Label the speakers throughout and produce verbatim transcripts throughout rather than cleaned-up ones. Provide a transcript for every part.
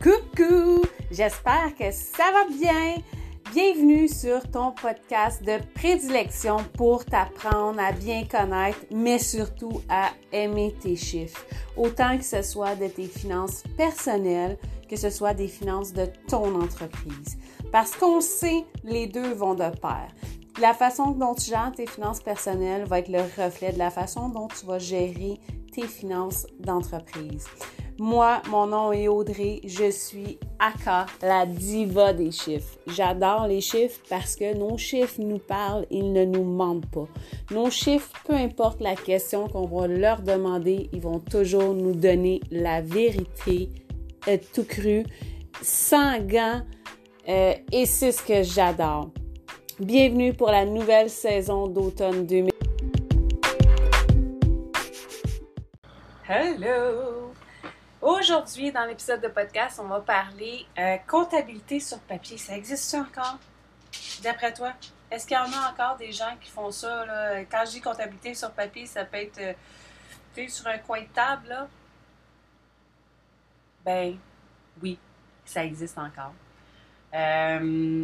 Speaker 1: Coucou! J'espère que ça va bien! Bienvenue sur ton podcast de prédilection pour t'apprendre à bien connaître, mais surtout à aimer tes chiffres. Autant que ce soit de tes finances personnelles, que ce soit des finances de ton entreprise. Parce qu'on sait, les deux vont de pair. La façon dont tu gères tes finances personnelles va être le reflet de la façon dont tu vas gérer tes finances d'entreprise. Moi, mon nom est Audrey, je suis Aka, la diva des chiffres. J'adore les chiffres parce que nos chiffres nous parlent, ils ne nous mentent pas. Nos chiffres, peu importe la question qu'on va leur demander, ils vont toujours nous donner la vérité, euh, tout cru, sans gants, euh, et c'est ce que j'adore. Bienvenue pour la nouvelle saison d'automne deux mille. Hello! Aujourd'hui, dans l'épisode de podcast, on va parler euh, comptabilité sur papier. Ça existe ça encore? D'après toi? Est-ce qu'il y en a encore des gens qui font ça, là? Quand je dis comptabilité sur papier, ça peut être euh, fait sur un coin de table, là? Ben, oui, ça existe encore. Euh,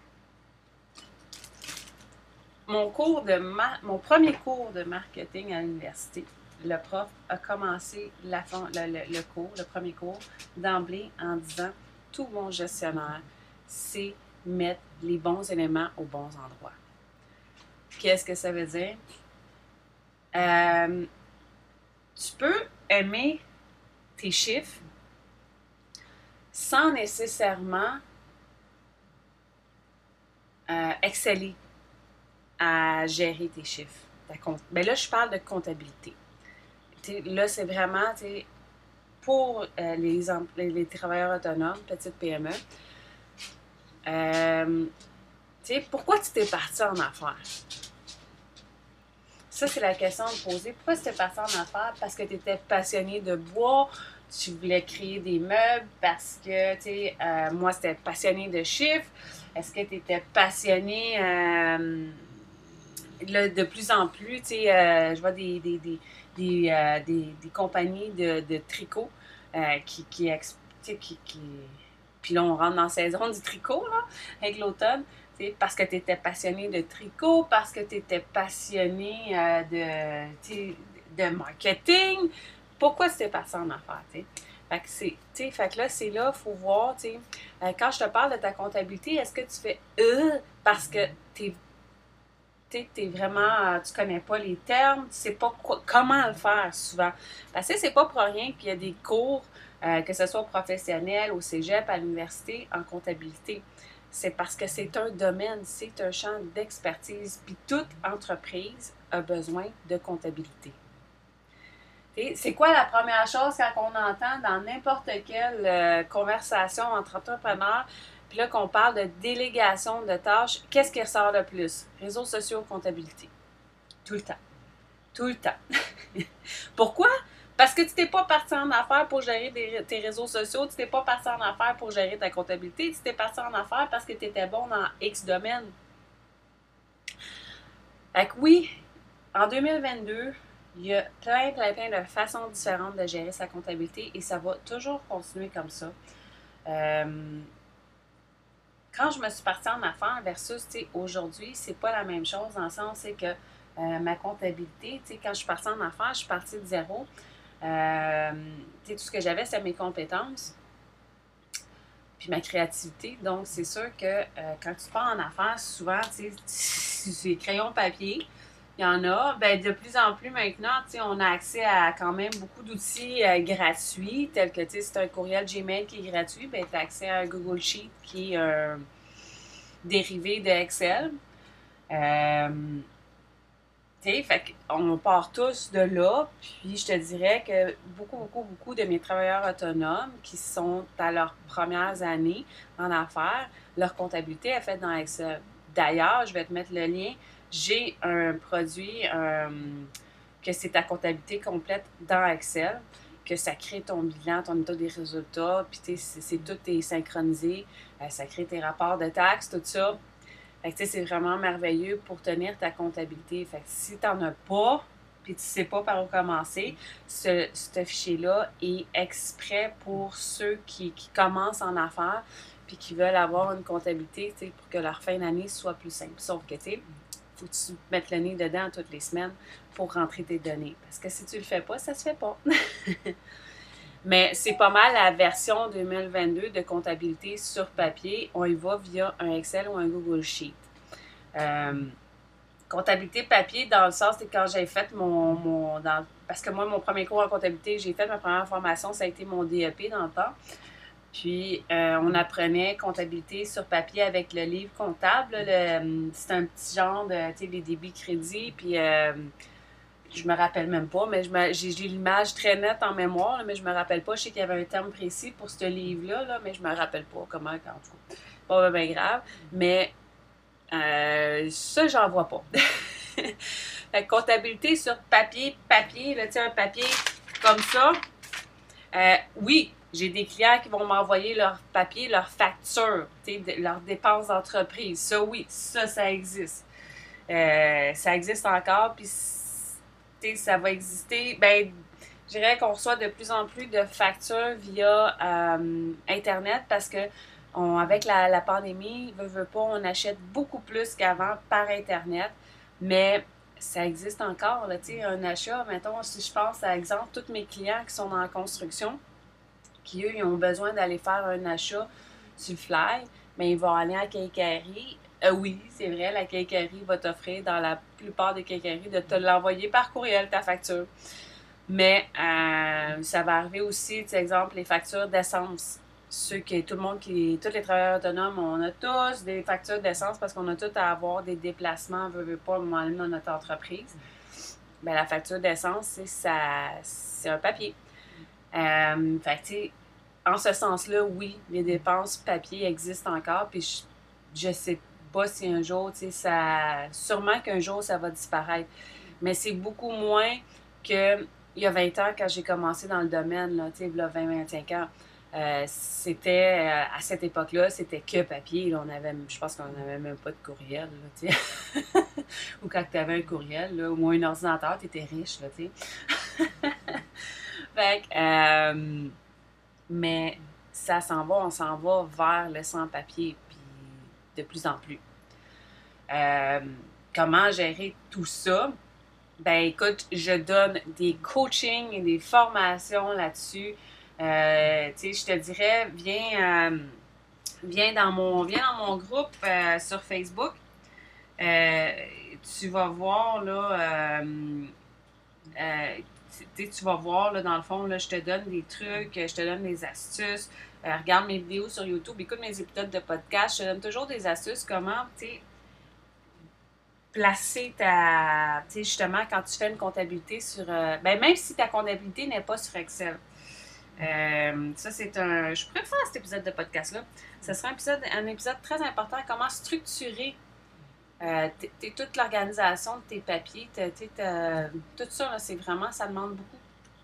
Speaker 1: mon cours de ma- mon premier cours de marketing à l'université, le prof a commencé la, le, le, le cours, le premier cours, d'emblée en disant « Tout bon gestionnaire, c'est mettre les bons éléments aux bons endroits. » Qu'est-ce que ça veut dire? Euh, tu peux aimer tes chiffres sans nécessairement euh, exceller à gérer tes chiffres. Ben là, je parle de comptabilité. T'sais, là, c'est vraiment pour euh, les, les, les travailleurs autonomes, petites P M E. Euh, pourquoi tu t'es parti en affaires? Ça, c'est la question à me poser. Pourquoi tu t'es parti en affaires? Parce que tu étais passionné de bois, tu voulais créer des meubles, parce que, tu sais, euh, moi, c'était passionné de chiffres. Est-ce que tu étais passionné... Euh, Là, de plus en plus, tu sais, euh, je vois des, des, des, des, euh, des, des compagnies de, de tricot euh, qui, qui, qui, qui, qui... Puis là, on rentre dans la saison du tricot, là, avec l'automne, tu sais, parce que tu étais passionné de tricot, parce que tu étais passionné euh, de, tu sais, de marketing. Pourquoi tu t'es passé en affaires, tu sais? Fait que, c'est, tu sais, fait que là, c'est là, il faut voir, tu sais, euh, quand je te parle de ta comptabilité, est-ce que tu fais « euh » parce que tu es tu vraiment, tu connais pas les termes, tu sais pas quoi, comment le faire souvent. Parce que c'est pas pour rien qu'il y a des cours, euh, que ce soit professionnel, au cégep, à l'université, en comptabilité. C'est parce que c'est un domaine, c'est un champ d'expertise, puis toute entreprise a besoin de comptabilité. T'sais, c'est quoi la première chose quand on entend dans n'importe quelle euh, conversation entre entrepreneurs, puis là, qu'on parle de délégation de tâches, qu'est-ce qui ressort le plus? Réseaux sociaux, comptabilité. Tout le temps. Tout le temps. Pourquoi? Parce que tu t'es pas parti en affaires pour gérer des, tes réseaux sociaux, tu t'es pas parti en affaires pour gérer ta comptabilité, tu t'es parti en affaires parce que tu étais bon dans X domaine. Fait que oui, en deux mille vingt-deux, il y a plein, plein, plein de façons différentes de gérer sa comptabilité et ça va toujours continuer comme ça. Euh, Quand je me suis partie en affaires versus aujourd'hui, c'est pas la même chose dans le sens c'est que euh, ma comptabilité, quand je suis partie en affaires, je suis partie de zéro. Euh, tout ce que j'avais, c'était mes compétences puis ma créativité. Donc, c'est sûr que euh, quand tu pars en affaires, souvent, c'est crayon papier. Il y en a. Ben, de plus en plus maintenant, on a accès à quand même beaucoup d'outils euh, gratuits, tels que si tu as un courriel Gmail qui est gratuit, ben, tu as accès à un Google Sheet qui est un dérivé de Excel. Euh, fait on part tous de là, puis je te dirais que beaucoup, beaucoup, beaucoup de mes travailleurs autonomes qui sont à leurs premières années en affaires, leur comptabilité est faite dans Excel. D'ailleurs, je vais te mettre le lien. J'ai un produit euh, que c'est ta comptabilité complète dans Excel, que ça crée ton bilan, ton état des résultats, puis c'est, c'est tout est synchronisé, euh, ça crée tes rapports de taxes, tout ça. Fait que c'est vraiment merveilleux pour tenir ta comptabilité. Fait que si tu n'en as pas, puis tu sais pas par où commencer, ce, ce fichier-là est exprès pour ceux qui, qui commencent en affaires puis qui veulent avoir une comptabilité, tu sais, pour que leur fin d'année soit plus simple. Sauf que, tu sais, faut que tu mettes le nez dedans toutes les semaines pour rentrer tes données. Parce que si tu le fais pas, ça se fait pas. Mais c'est pas mal la version deux mille vingt-deux de comptabilité sur papier. On y va via un Excel ou un Google Sheet. Euh, comptabilité papier, dans le sens, c'est quand j'ai fait mon... mon dans, parce que moi, mon premier cours en comptabilité, j'ai fait ma première formation, ça a été mon D E P dans le temps. Puis, euh, on apprenait comptabilité sur papier avec le livre comptable. Le, c'est un petit genre de, tu sais, les débits crédits. Puis, euh, je me rappelle même pas, mais je me, j'ai, j'ai l'image très nette en mémoire, là, mais je me rappelle pas. Je sais qu'il y avait un terme précis pour ce livre-là, là, mais je me rappelle pas comment, quand, en tout cas. Pas bien grave. Mais euh, ça, j'en vois pas. Fait que comptabilité sur papier, papier, là, tu sais, un papier comme ça. Euh, oui, j'ai des clients qui vont m'envoyer leur papier, leur facture, de, leurs dépenses d'entreprise. Ça, oui, ça, ça existe. Euh, ça existe encore, puis ça va exister. Ben, je dirais qu'on reçoit de plus en plus de factures via euh, Internet parce que on, avec la, la pandémie, veut, veut pas, on achète beaucoup plus qu'avant par Internet, mais ça existe encore, là, tu sais, un achat, mettons, si je pense à exemple, tous mes clients qui sont dans la construction, qui, eux, ils ont besoin d'aller faire un achat sur le fly, mais ils vont aller à Quincaillerie. Euh, oui, c'est vrai, la Quincaillerie va t'offrir, dans la plupart des quincailleries, de te l'envoyer par courriel, ta facture. Mais euh, ça va arriver aussi, par exemple, les factures d'essence. Ceux qui, tout le monde, qui, tous les travailleurs autonomes, on a tous des factures d'essence parce qu'on a tous à avoir des déplacements, veut, veut pas, à un moment donné dans notre entreprise. Bien, la facture d'essence, c'est, ça, c'est un papier. Euh, fait tu sais, en ce sens-là, oui, les dépenses papier existent encore, puis je, je sais pas si un jour, tu sais, ça... Sûrement qu'un jour, ça va disparaître. Mais c'est beaucoup moins que il y a vingt ans, quand j'ai commencé dans le domaine, là, tu sais, là, vingt à vingt-cinq ans. Euh, c'était, euh, à cette époque-là, c'était que papier. Là, on avait, je pense qu'on n'avait même pas de courriel, là, tu sais. Ou quand tu avais un courriel, là, ou moins un ordinateur, tu étais riche, là, tu sais. Fait que, euh, mais ça s'en va, on s'en va vers le sans-papier, puis de plus en plus. Euh, comment gérer tout ça? Ben écoute, je donne des coachings et des formations là-dessus. Euh, tu sais, je te dirais, viens, euh, viens, dans mon, viens dans mon groupe euh, sur Facebook. Euh, tu vas voir, là, euh, euh, tu, tu vas voir, là, dans le fond, là, je te donne des trucs, je te donne des astuces. Euh, regarde mes vidéos sur YouTube, écoute mes épisodes de podcast. Je te donne toujours des astuces, comment, tu sais, placer ta... Tu sais, justement, quand tu fais une comptabilité sur... Euh, ben, même si ta comptabilité n'est pas sur Excel. Euh, ça, c'est un... Je pourrais faire cet épisode de podcast-là. Ce sera un épisode, un épisode très important. Comment structurer euh, t- t- toute l'organisation de tes papiers. T- t- t- tout ça, là, c'est vraiment... Ça demande beaucoup.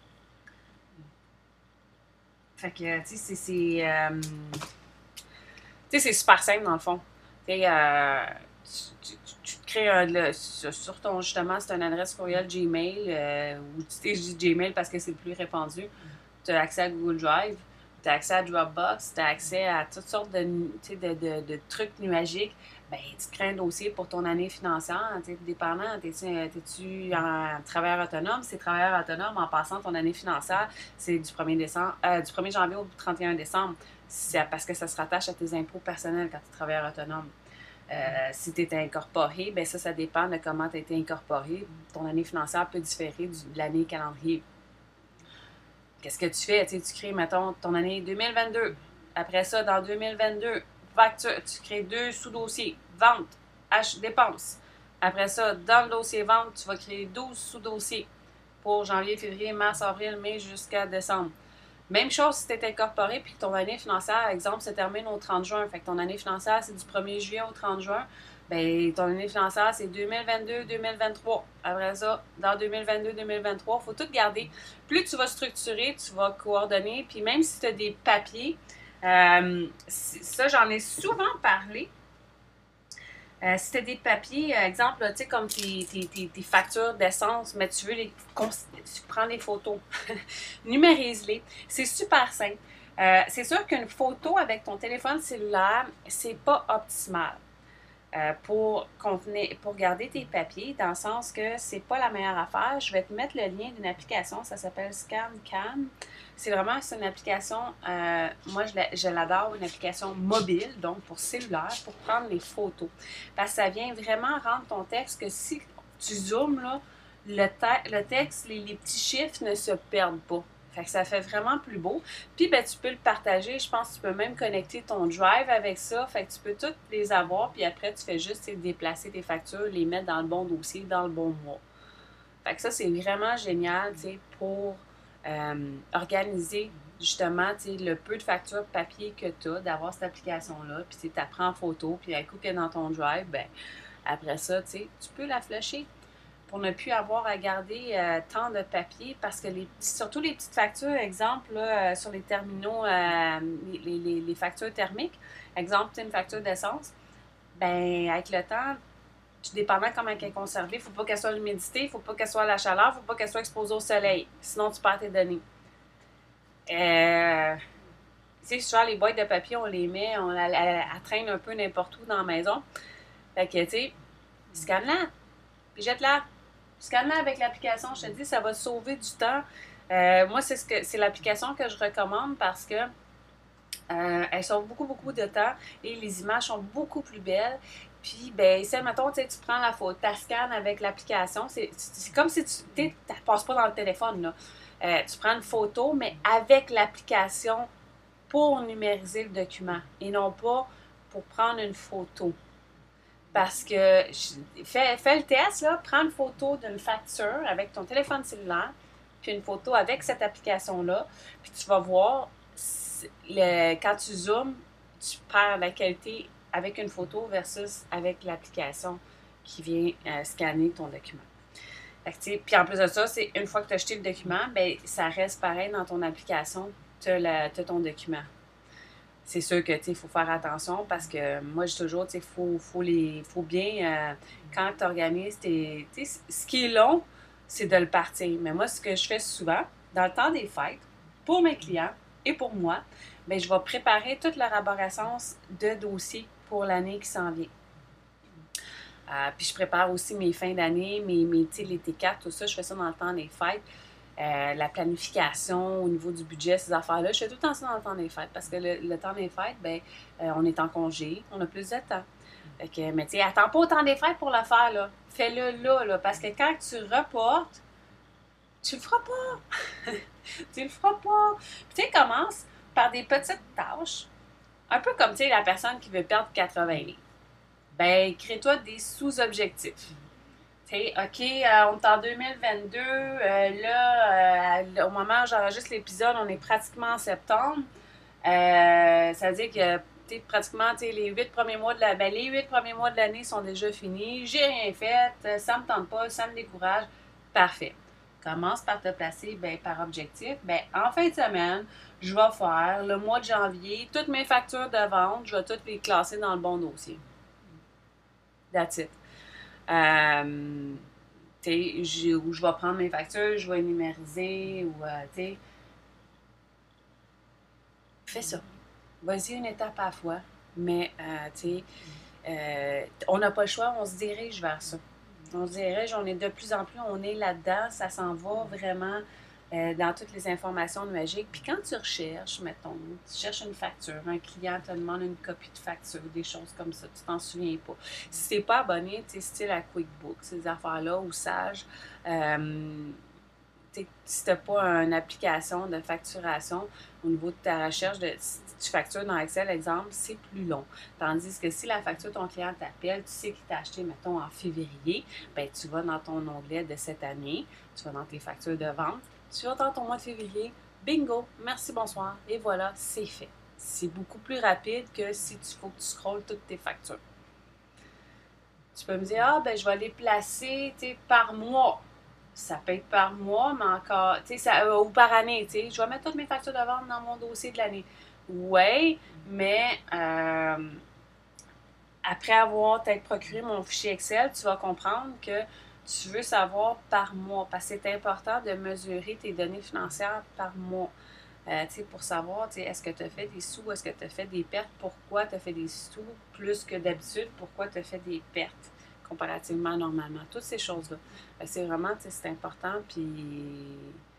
Speaker 1: Fait que, tu sais, c'est... c'est euh, tu sais, c'est super simple, dans le fond. Tu sais, euh, tu, tu, tu te crées un, le, sur, sur ton, justement, c'est une adresse courriel Gmail, euh, ou tu sais, je dis Gmail parce que c'est le plus répandu. Tu as accès à Google Drive, tu as accès à Dropbox, tu as accès à toutes sortes de, de, de, de trucs nuagiques. Ben, tu te crées un dossier pour ton année financière, tu sais, dépendant, t'es-tu, t'es-tu en travailleur autonome? C'est travailleur autonome, en passant ton année financière, c'est du premier décembre, euh, du premier janvier au trente et un décembre. C'est parce que ça se rattache à tes impôts personnels quand tu es travailleur autonome. Euh, si tu es incorporé, bien ça, ça dépend de comment tu as été incorporé. Ton année financière peut différer de l'année calendrier. Qu'est-ce que tu fais? Tu sais, tu crées, mettons, ton année deux mille vingt-deux. Après ça, dans deux mille vingt-deux, facture, tu crées deux sous-dossiers. Vente, H, dépenses. Après ça, dans le dossier vente, tu vas créer douze sous-dossiers pour janvier, février, mars, avril, mai jusqu'à décembre. Même chose si tu es incorporé puis que ton année financière, exemple, se termine au trente juin. Fait que ton année financière, c'est du premier juillet au trente juin. Bien, ton année financière, c'est deux mille vingt-deux deux mille vingt-trois. Après ça, dans deux mille vingt-deux deux mille vingt-trois, il faut tout garder. Plus tu vas structurer, tu vas coordonner. Puis même si tu as des papiers, euh, ça, j'en ai souvent parlé. Euh, si tu as des papiers, euh, exemple, tu sais, comme tes, tes, tes, tes factures d'essence, mais tu veux les tu prends des photos, numérise-les. C'est super simple. Euh, c'est sûr qu'une photo avec ton téléphone cellulaire, c'est pas optimal. Euh, pour, contenir, pour garder tes papiers, dans le sens que c'est pas la meilleure affaire. Je vais te mettre le lien d'une application, ça s'appelle ScanCam. C'est vraiment c'est une application, euh, moi je l'adore, une application mobile, donc pour cellulaire, pour prendre les photos. Parce que ça vient vraiment rendre ton texte que si tu zoomes, là, le, te le texte, les, les petits chiffres ne se perdent pas. Fait que ça fait vraiment plus beau. Puis, ben, tu peux le partager. Je pense que tu peux même connecter ton Drive avec ça. Fait que tu peux toutes les avoir. Puis après, tu fais juste déplacer tes factures, les mettre dans le bon dossier, dans le bon mois. Fait que ça, c'est vraiment génial, tu sais, pour euh, organiser justement, tu sais, le peu de factures papier que tu as, d'avoir cette application-là. Puis, tu sais, apprends en photo. Puis, un coup qu'elle est dans ton Drive, ben, après ça, tu sais, tu peux la flusher pour ne plus avoir à garder euh, tant de papier parce que les, surtout les petites factures, exemple, là, euh, sur les terminaux, euh, les, les, les factures thermiques, exemple, une facture d'essence, ben avec le temps, tout dépendant comment elle est conservée, il ne faut pas qu'elle soit à l'humidité, il ne faut pas qu'elle soit à la chaleur, il ne faut pas qu'elle soit exposée au soleil, sinon tu perds tes données. Euh, tu sais, souvent les boîtes de papier, on les met, on la, la, elle traîne un peu n'importe où dans la maison. Fait que, tu sais, scanne-la, puis jette-la. Scanner avec l'application, je te dis, ça va sauver du temps. Euh, moi, c'est ce que c'est l'application que je recommande parce que euh, elle sauve beaucoup, beaucoup de temps et les images sont beaucoup plus belles. Puis, ben, c'est, mettons, tu prends la photo, tu scannes avec l'application. C'est comme si tu ne passes pas dans le téléphone, là. Euh, tu prends une photo, mais avec l'application pour numériser le document et non pas pour prendre une photo. Parce que, fais, fais le test, là, prends une photo d'une facture avec ton téléphone cellulaire, puis une photo avec cette application-là, puis tu vas voir, le, quand tu zoomes, tu perds la qualité avec une photo versus avec l'application qui vient euh, scanner ton document. Puis en plus de ça, c'est une fois que tu as acheté le document, ben, ça reste pareil dans ton application, tu as ton document. C'est sûr que il faut faire attention parce que moi, je dis toujours, il faut, faut, faut bien, euh, quand tu organises, tes, ce qui est long, c'est de le partir. Mais moi, ce que je fais souvent, dans le temps des fêtes, pour mes clients et pour moi, bien, je vais préparer toute leur arborescence de dossiers pour l'année qui s'en vient. Euh, puis je prépare aussi mes fins d'année, mes, mes les T quatre, tout ça, je fais ça dans le temps des fêtes. Euh, la planification au niveau du budget, ces affaires-là. Je fais tout le temps ça dans le temps des fêtes parce que le, le temps des fêtes, ben, euh, on est en congé, on a plus de temps. Fait que, mais tu sais, attends pas au temps des fêtes pour le faire, là. Fais-le là, là, parce que quand tu reportes, tu le feras pas. Tu le feras pas. Puis tu sais, commence par des petites tâches, un peu comme, tu sais, la personne qui veut perdre quatre-vingts livres. Ben, crée-toi des sous-objectifs. OK, euh, on est en deux mille vingt-deux. Euh, là, euh, au moment où j'enregistre l'épisode, on est pratiquement en septembre. Euh, ça veut dire que pratiquement les huit premiers mois de la, ben, les huit premiers mois de l'année sont déjà finis. J'ai rien fait, ça me tente pas, ça me décourage. Parfait. Commence par te placer ben, par objectif. Ben, en fin de semaine, je vais faire le mois de janvier, toutes mes factures de vente, je vais toutes les classer dans le bon dossier. That's it. Euh, je, où je vais prendre mes factures, je vais numériser, ou, euh, tu fais ça. Vas-y une étape à la fois, mais, euh, tu sais, euh, on n'a pas le choix, on se dirige vers ça. On se dirige, on est de plus en plus, on est là-dedans, ça s'en va vraiment euh, dans toutes les informations magiques. Puis quand tu recherches, mettons, tu cherches une facture, un client te demande une copie de facture, des choses comme ça, tu t'en souviens pas. Si tu n'es pas abonné, tu sais, style à QuickBooks, ces affaires-là, ou Sage, euh, si tu n'as pas une application de facturation au niveau de ta recherche, de, si tu factures dans Excel, exemple, c'est plus long. Tandis que si la facture, ton client t'appelle, tu sais qu'il t'a acheté, mettons, en février, bien, tu vas dans ton onglet de cette année, tu vas dans tes factures de vente, tu vas dans ton mois de février, bingo, merci, bonsoir, et voilà, c'est fait. C'est beaucoup plus rapide que si tu faut que tu scrolles toutes tes factures. Tu peux me dire, ah, ben je vais les placer, tu sais, par mois. Ça peut être par mois, mais encore, tu sais, euh, ou par année, tu sais. Je vais mettre toutes mes factures de vente dans mon dossier de l'année. Oui, mais euh, après avoir peut-être procuré mon fichier Excel, tu vas comprendre que tu veux savoir par mois, parce que c'est important de mesurer tes données financières par mois. Euh, pour savoir, est-ce que tu as fait des sous, est-ce que tu as fait des pertes, pourquoi tu as fait des sous plus que d'habitude, pourquoi tu as fait des pertes comparativement normalement. Toutes ces choses-là. C'est vraiment, c'est important. Puis,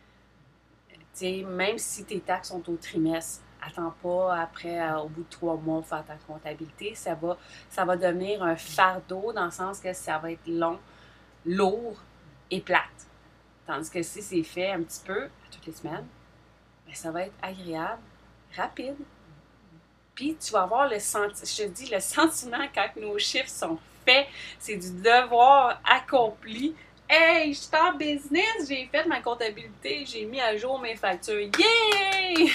Speaker 1: même si tes taxes sont au trimestre, attends pas après, euh, au bout de trois mois, faire ta comptabilité. Ça va, ça va devenir un fardeau dans le sens que ça va être long, lourd et plate. Tandis que si c'est fait un petit peu, toutes les semaines, bien, ça va être agréable, rapide. Puis tu vas avoir le sentiment, je te dis, le sentiment quand nos chiffres sont faits, c'est du devoir accompli. Hey, je suis en business, j'ai fait ma comptabilité, j'ai mis à jour mes factures. Yay!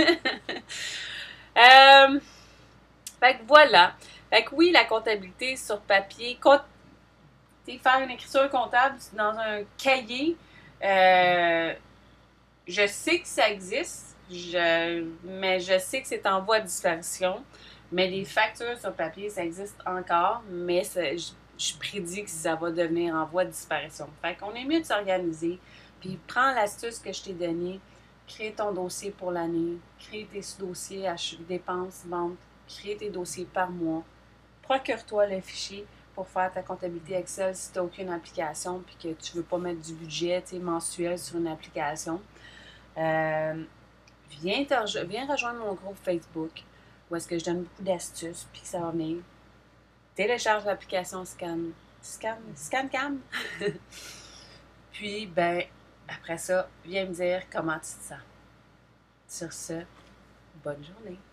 Speaker 1: euh, fait que voilà. Fait que oui, la comptabilité sur papier, compte, faire une écriture comptable dans un cahier, euh, je sais que ça existe, je, mais je sais que c'est en voie de disparition. Mais les factures sur papier, ça existe encore, mais ça, je, je prédis que ça va devenir en voie de disparition. Fait qu'on est mieux de s'organiser, puis prends l'astuce que je t'ai donnée, crée ton dossier pour l'année, crée tes dossiers à dépenses, ventes, crée tes dossiers par mois, procure-toi le fichier pour faire ta comptabilité Excel si tu n'as aucune application puis que tu ne veux pas mettre du budget mensuel sur une application. Euh, viens, te, viens rejoindre mon groupe Facebook où est-ce que je donne beaucoup d'astuces puis que ça va venir. Télécharge l'application Scan, Scan, ScanCam. Puis, ben, après ça, viens me dire comment tu te sens. Sur ce, bonne journée.